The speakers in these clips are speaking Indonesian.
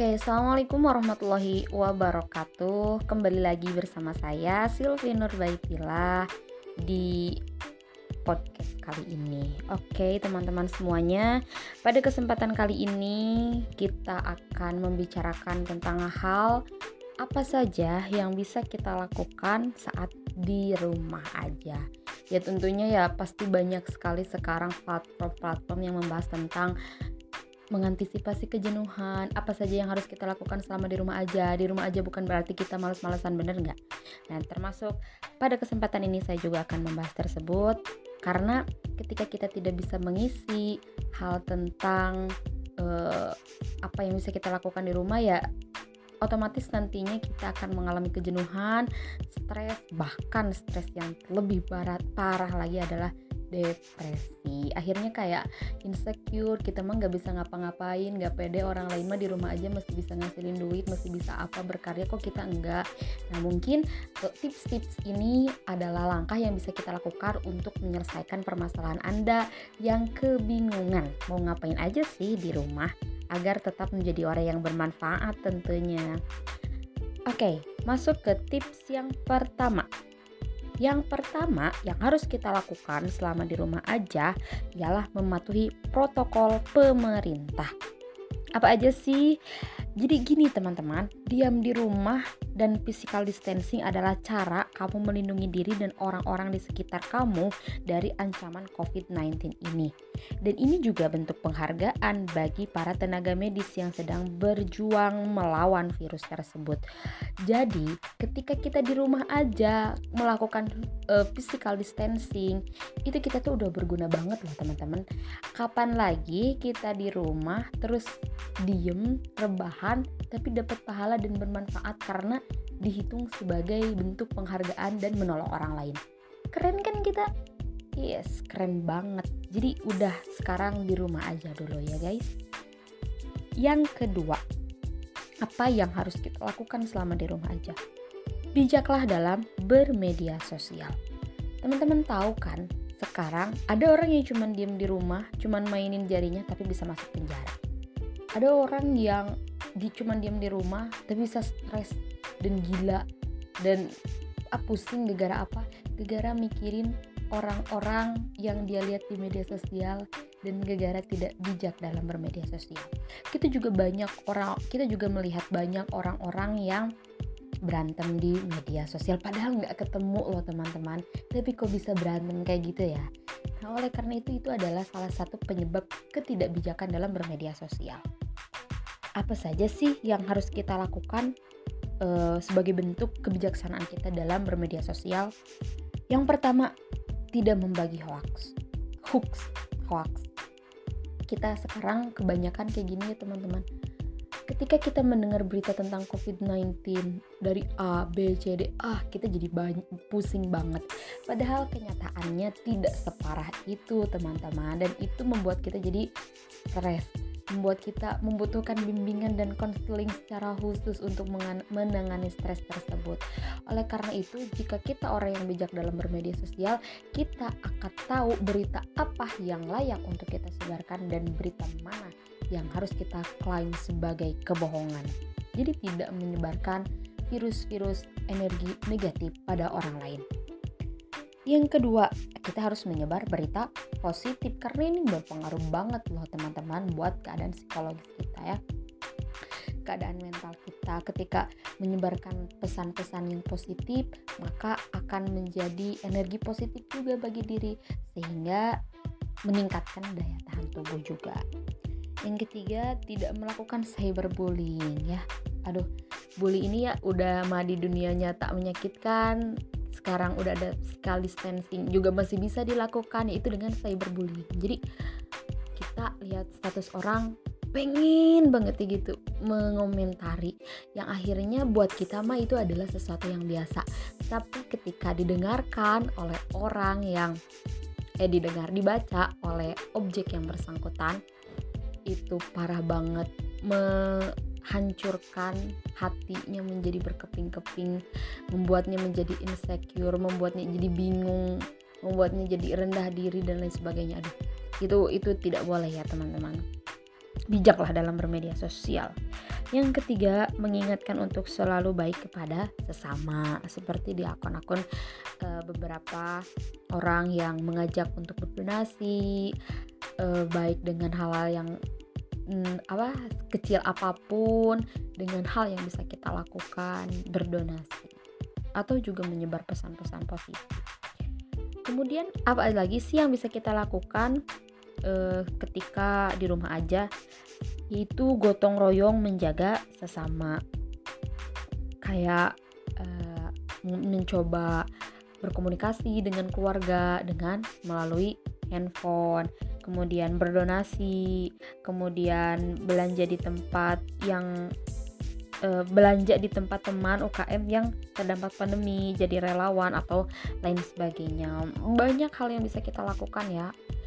Oke, assalamualaikum warahmatullahi wabarakatuh. Kembali lagi bersama saya Silvi Nurbaitila di podcast kali ini. Oke, teman-teman semuanya, pada kesempatan kali ini kita akan membicarakan tentang hal apa saja yang bisa kita lakukan saat di rumah aja. Ya tentunya ya pasti banyak sekali sekarang platform-platform yang membahas tentang mengantisipasi kejenuhan, apa saja yang harus kita lakukan selama di rumah aja. Di rumah aja bukan berarti kita malas-malasan, bener nggak? Nah, termasuk pada kesempatan ini saya juga akan membahas tersebut, karena ketika kita tidak bisa mengisi hal tentang apa yang bisa kita lakukan di rumah, ya otomatis nantinya kita akan mengalami kejenuhan, stres, bahkan stres yang lebih parah lagi adalah depresi. Akhirnya kayak insecure, kita mah nggak bisa ngapa-ngapain, nggak pede, orang lain mah di rumah aja mesti bisa ngasilin duit, mesti bisa apa berkarya, kok kita enggak. Nah mungkin tips-tips ini adalah langkah yang bisa kita lakukan untuk menyelesaikan permasalahan Anda yang kebingungan mau ngapain aja sih di rumah agar tetap menjadi orang yang bermanfaat tentunya. Oke, masuk ke tips yang pertama. Yang pertama yang harus kita lakukan selama di rumah aja ialah mematuhi protokol pemerintah. Apa aja sih? Jadi gini teman-teman, diam di rumah dan physical distancing adalah cara kamu melindungi diri dan orang-orang di sekitar kamu dari ancaman COVID-19 ini. Dan ini juga bentuk penghargaan bagi para tenaga medis yang sedang berjuang melawan virus tersebut. Jadi ketika kita di rumah aja melakukan physical distancing, itu kita tuh udah berguna banget loh teman-teman. Kapan lagi kita di rumah terus diem, rebahan, tapi dapat pahala dan bermanfaat karena dihitung sebagai bentuk penghargaan dan menolong orang lain. Keren kan kita? Yes, keren banget. Jadi udah sekarang di rumah aja dulu ya guys. Yang kedua, apa yang harus kita lakukan selama di rumah aja? Bijaklah dalam bermedia sosial. Teman-teman tahu kan, sekarang ada orang yang cuma diem di rumah, cuma mainin jarinya tapi bisa masuk penjara. Ada orang yang cuma diam di rumah tapi bisa stres dan gila dan pusing gara-gara apa? Gara-gara mikirin orang-orang yang dia lihat di media sosial dan gara-gara tidak bijak dalam bermedia sosial. Kita juga melihat banyak orang-orang yang berantem di media sosial padahal nggak ketemu loh teman-teman, tapi kok bisa berantem kayak gitu ya. Nah oleh karena itu adalah salah satu penyebab ketidakbijakan dalam bermedia sosial. Apa saja sih yang harus kita lakukan sebagai bentuk kebijaksanaan kita dalam bermedia sosial? Yang pertama, tidak membagi hoax. Kita sekarang kebanyakan kayak gini ya teman-teman. Ketika kita mendengar berita tentang COVID-19 dari A, B, C, D, kita jadi pusing banget. Padahal kenyataannya tidak separah itu teman-teman, dan itu membuat kita jadi stres, membuat kita membutuhkan bimbingan dan konseling secara khusus untuk menangani stres tersebut. Oleh karena itu, jika kita orang yang bijak dalam bermedia sosial, kita akan tahu berita apa yang layak untuk kita sebarkan dan berita mana yang harus kita klaim sebagai kebohongan. Jadi tidak menyebarkan virus-virus energi negatif pada orang lain. Yang kedua, kita harus menyebar berita positif karena ini berpengaruh banget loh teman-teman buat keadaan psikologis kita ya. Keadaan mental kita ketika menyebarkan pesan-pesan yang positif, maka akan menjadi energi positif juga bagi diri sehingga meningkatkan daya tahan tubuh juga. Yang ketiga, tidak melakukan cyberbullying ya. Bully ini ya udah mah di dunia nyata menyakitkan. Sekarang udah ada physical distancing juga masih bisa dilakukan, yaitu dengan cyberbullying. Jadi kita lihat status orang pengen banget gitu mengomentari yang akhirnya buat kita mah itu adalah sesuatu yang biasa. Tapi ketika didengarkan oleh orang yang dibaca oleh objek yang bersangkutan, itu parah banget, menghancurkan hatinya menjadi berkeping-keping, membuatnya menjadi insecure, membuatnya jadi bingung, membuatnya jadi rendah diri dan lain sebagainya. Itu tidak boleh ya teman-teman. bijaklah dalam bermedia sosial. Yang ketiga, mengingatkan untuk selalu baik kepada sesama, seperti di akun-akun beberapa orang yang mengajak untuk berdonasi, baik dengan hal-hal yang kecil apapun, dengan hal yang bisa kita lakukan, berdonasi atau juga menyebar pesan-pesan positif. Kemudian apa lagi sih yang bisa kita lakukan ketika di rumah aja, yaitu gotong royong menjaga sesama, kayak mencoba berkomunikasi dengan keluarga dengan melalui handphone, kemudian berdonasi, kemudian belanja di tempat teman UKM yang terdampak pandemi, jadi relawan atau lain sebagainya. Banyak hal yang bisa kita lakukan ya,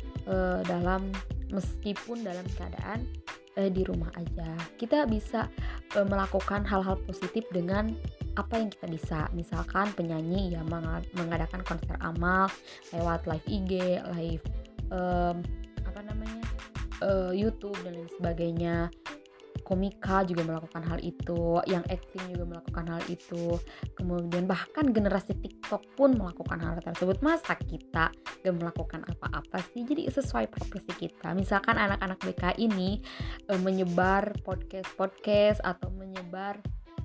meskipun dalam keadaan di rumah aja. Kita bisa melakukan hal-hal positif dengan apa yang kita bisa. Misalkan penyanyi ya mengadakan konser amal lewat live IG, live YouTube dan lain sebagainya. Komika juga melakukan hal itu, yang acting juga melakukan hal itu, kemudian bahkan generasi TikTok pun melakukan hal tersebut. Masa kita gak melakukan apa-apa sih? Jadi sesuai profesi kita. Misalkan anak-anak BK ini menyebar podcast atau menyebar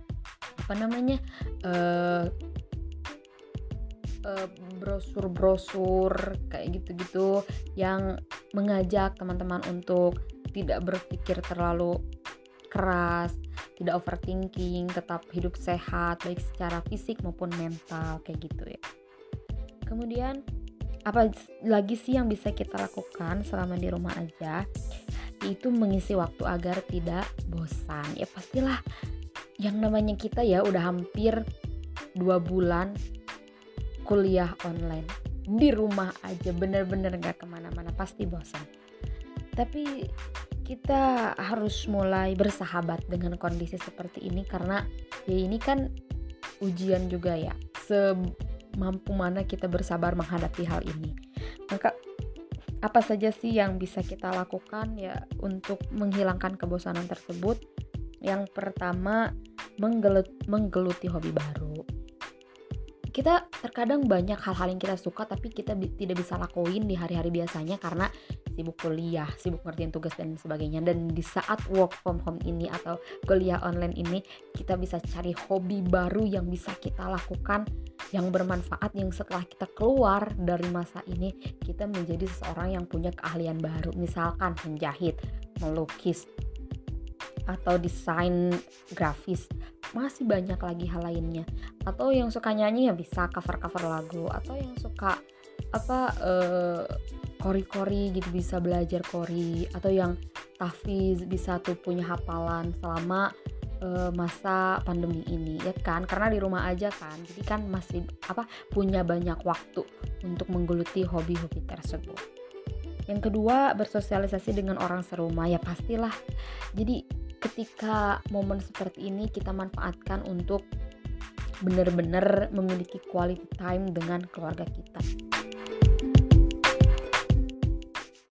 brosur-brosur kayak gitu-gitu yang mengajak teman-teman untuk tidak berpikir terlalu keras, tidak overthinking, tetap hidup sehat baik secara fisik maupun mental kayak gitu ya. Kemudian apa lagi sih yang bisa kita lakukan selama di rumah aja? Yaitu mengisi waktu agar tidak bosan. Ya pastilah, yang namanya kita ya udah hampir 2 bulan kuliah online di rumah aja, bener-bener gak kemana-mana, pasti bosan. Tapi kita harus mulai bersahabat dengan kondisi seperti ini, karena ya ini kan ujian juga ya, semampu mana kita bersabar menghadapi hal ini. Maka apa saja sih yang bisa kita lakukan ya untuk menghilangkan kebosanan tersebut? Yang pertama, menggeluti hobi baru. Kita terkadang banyak hal-hal yang kita suka tapi kita tidak bisa lakuin di hari-hari biasanya karena sibuk kuliah, sibuk ngerjain tugas dan sebagainya. Dan di saat work from home ini atau kuliah online ini, kita bisa cari hobi baru yang bisa kita lakukan, yang bermanfaat, yang setelah kita keluar dari masa ini kita menjadi seseorang yang punya keahlian baru. Misalkan menjahit, melukis, atau desain grafis. Masih banyak lagi hal lainnya. Atau yang suka nyanyi ya bisa cover-cover lagu, atau yang suka kori-kori gitu bisa belajar kori, atau yang tahfiz bisa tuh punya hafalan selama masa pandemi ini ya kan, karena di rumah aja kan, jadi kan masih punya banyak waktu untuk menggeluti hobi-hobi tersebut. Yang kedua, bersosialisasi dengan orang serumah. Ya pastilah, jadi ketika momen seperti ini kita manfaatkan untuk benar-benar memiliki quality time dengan keluarga kita.